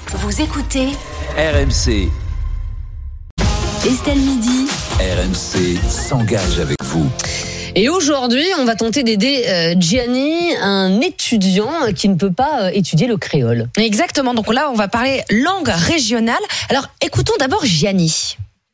Vous écoutez RMC. Estelle Midi. RMC s'engage avec vous. Et aujourd'hui, on va tenter d'aider Gianni, un étudiant qui ne peut pas étudier le créole. Exactement, donc là on va parler langue régionale. Alors écoutons d'abord Gianni.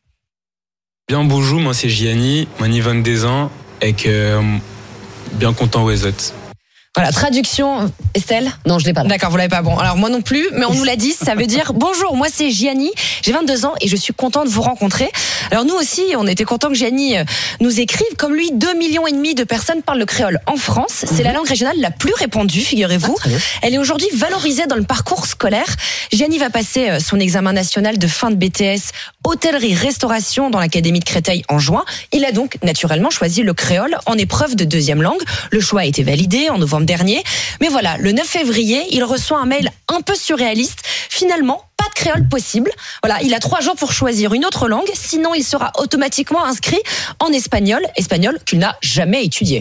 Bien bonjour, moi c'est Gianni, moi j'ai 22 ans et que bien content Wezot. Voilà, traduction, Estelle ? Non, je l'ai pas. D'accord, vous l'avez pas. Bon, alors moi non plus, mais on nous l'a dit, ça veut dire bonjour, moi c'est Gianni, j'ai 22 ans et je suis content de vous rencontrer. Alors nous aussi, on était content que Gianni nous écrive. Comme lui, 2,5 millions de personnes parlent le créole en France. C'est la langue régionale la plus répandue, figurez-vous. Elle est aujourd'hui valorisée dans le parcours scolaire. Gianni va passer son examen national de fin de BTS hôtellerie-restauration dans l'Académie de Créteil en juin. Il a donc naturellement choisi le créole en épreuve de deuxième langue. Le choix a été validé en novembre dernier. Mais voilà, le 9 février, il reçoit un mail un peu surréaliste. Finalement, pas de créole possible. Voilà, il a 3 jours pour choisir une autre langue. Sinon, il sera automatiquement inscrit en espagnol qu'il n'a jamais étudié.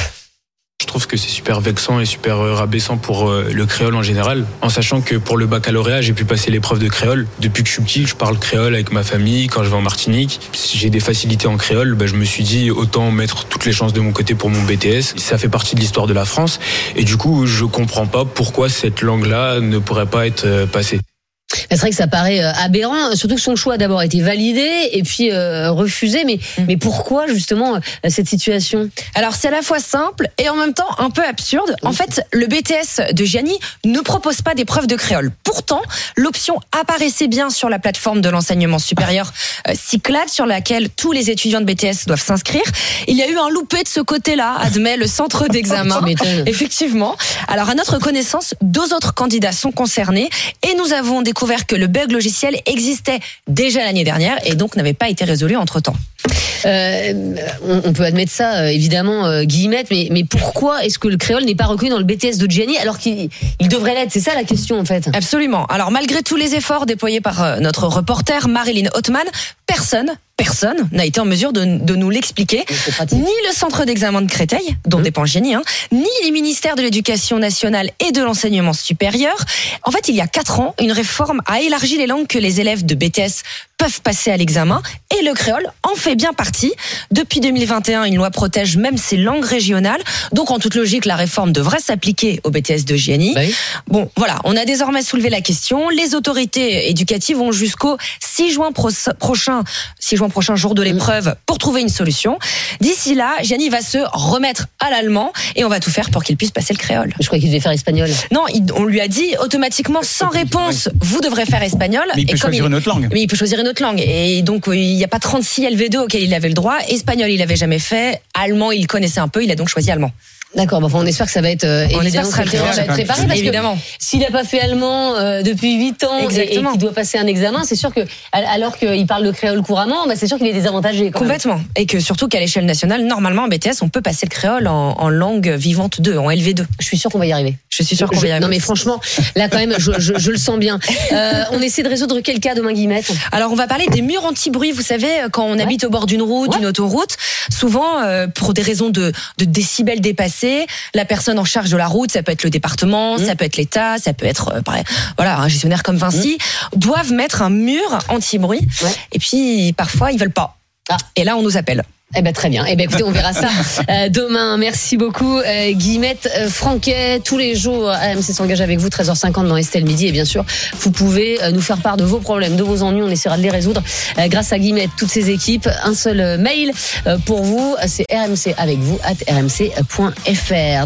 Je trouve que c'est super vexant et super rabaissant pour le créole en général, en sachant que pour le baccalauréat, j'ai pu passer l'épreuve de créole. Depuis que je suis petit, je parle créole avec ma famille, quand je vais en Martinique. Si j'ai des facilités en créole, je me suis dit autant mettre toutes les chances de mon côté pour mon BTS. Ça fait partie de l'histoire de la France et du coup, je comprends pas pourquoi cette langue-là ne pourrait pas être passée. C'est vrai que ça paraît aberrant, surtout que son choix a d'abord été validé et puis refusé. Mais pourquoi justement cette situation ? Alors c'est à la fois simple et en même temps un peu absurde. En fait, le BTS de Gianni ne propose pas d'épreuve de créole. Pourtant, l'option apparaissait bien sur la plateforme de l'enseignement supérieur Cyclade, sur laquelle tous les étudiants de BTS doivent s'inscrire. Il y a eu un loupé de ce côté-là, admet le centre d'examen. Effectivement. Alors à notre connaissance, 2 autres candidats sont concernés et nous avons découvert que le bug logiciel existait déjà l'année dernière et donc n'avait pas été résolu entre-temps. On peut admettre ça, évidemment, Guillemette, mais pourquoi est-ce que le créole n'est pas reconnu dans le BTS de Gianni alors qu'il devrait l'être ? C'est ça la question en fait. Absolument. Alors malgré tous les efforts déployés par notre reporter Marilyn Othman, personne n'a été en mesure de nous l'expliquer. Ni le centre d'examen de Créteil, dont dépend Gianni, ni les ministères de l'Éducation nationale et de l'enseignement supérieur. En fait, il y a 4 ans, une réforme a élargi les langues que les élèves de BTS peuvent passer à l'examen et le créole en fait bien partie. Depuis 2021, une loi protège même ces langues régionales. Donc, en toute logique, la réforme devrait s'appliquer au BTS de Gianni. Oui. Bon, voilà, on a désormais soulevé la question. Les autorités éducatives ont jusqu'au 6 juin prochain, jour de l'épreuve, pour trouver une solution. D'ici là, Gianni va se remettre à l'allemand et on va tout faire pour qu'il puisse passer le créole. Je crois qu'il devait faire espagnol. Non, on lui a dit automatiquement, sans réponse, vous devrez faire espagnol. Mais il peut choisir une autre langue. Mais il peut choisir une autre langue. Et donc, il n'y a pas 36 LV2 auxquels il avait le droit. Espagnol, il n'avait jamais fait. Allemand, il connaissait un peu. Il a donc choisi allemand. D'accord, bon, on espère que ça va être évidemment préparé parce évidemment. Que s'il n'a pas fait allemand depuis 8 ans et qu'il doit passer un examen, c'est sûr que alors qu'il parle le créole couramment, c'est sûr qu'il est désavantagé. Complètement. Et que surtout qu'à l'échelle nationale, normalement en BTS, on peut passer le créole en langue vivante 2, en LV2. Je suis sûr qu'on va y arriver. Je suis sûr qu'on va y arriver. Non mais franchement, là quand même, je le sens bien. On essaie de résoudre quel cas demain, Guillemette ? Alors on va parler des murs anti-bruit. Vous savez, quand on habite au bord d'une route, d'une autoroute, souvent pour des raisons de décibels dépassés, la personne en charge de la route, ça peut être le département, ça peut être l'État, ça peut être un gestionnaire comme Vinci, doivent mettre un mur anti-bruit. Et puis parfois ils veulent pas. Et là on nous appelle. Très bien. Écoutez, on verra ça demain. Merci beaucoup, Guillemette Franquet. Tous les jours, RMC s'engage avec vous, 13h50 dans Estelle Midi. Et bien sûr, vous pouvez nous faire part de vos problèmes, de vos ennuis. On essaiera de les résoudre grâce à Guillemette, toutes ses équipes. Un seul mail pour vous, c'est rmcavecvous@rmc.fr.